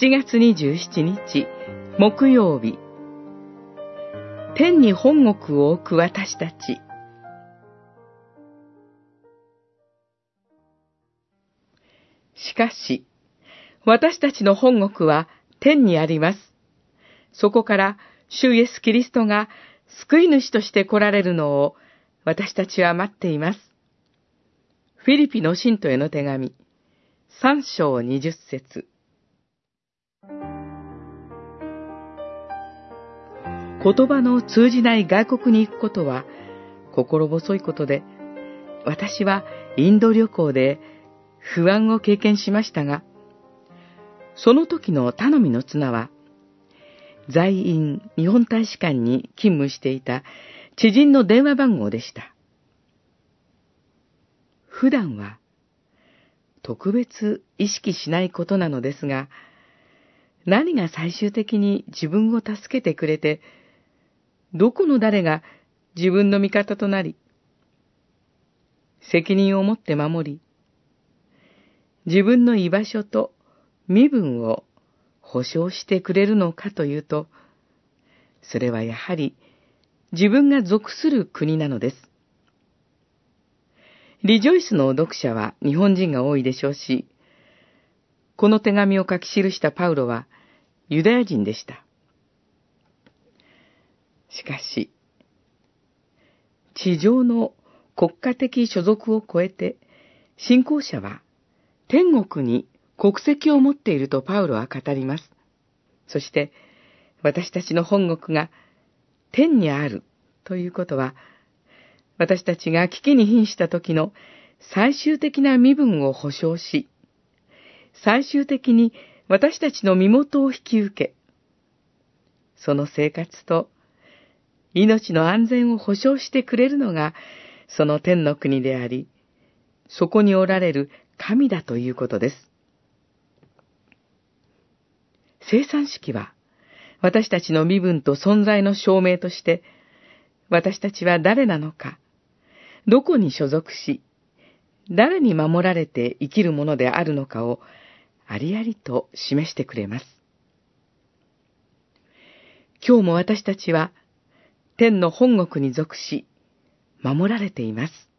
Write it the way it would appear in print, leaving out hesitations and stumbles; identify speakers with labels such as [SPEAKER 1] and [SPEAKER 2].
[SPEAKER 1] 7月27日木曜日、天に本国を置く私たち。しかし、私たちの本国は天にあります。そこから主イエスキリストが救い主として来られるのを私たちは待っています。フィリピの信徒への手紙、3章20節。言葉の通じない外国に行くことは心細いことで、私はインド旅行で不安を経験しましたが、その時の頼みの綱は、在院日本大使館に勤務していた知人の電話番号でした。普段は特別意識しないことなのですが、何が最終的に自分を助けてくれて、どこの誰が自分の味方となり、責任を持って守り、自分の居場所と身分を保証してくれるのかというと、それはやはり自分が属する国なのです。リジョイスの読者は日本人が多いでしょうし、この手紙を書き記したパウロはユダヤ人でした。しかし、地上の国家的所属を超えて、信仰者は天国に国籍を持っているとパウロは語ります。そして、私たちの本国が天にあるということは、私たちが危機に瀕した時の最終的な身分を保証し、最終的に私たちの身元を引き受け、その生活と命の安全を保証してくれるのが、その天の国であり、そこにおられる神だということです。生産式は、私たちの身分と存在の証明として、私たちは誰なのか、どこに所属し、誰に守られて生きるものであるのかを、ありありと示してくれます。今日も私たちは、天の本国に属し、守られています。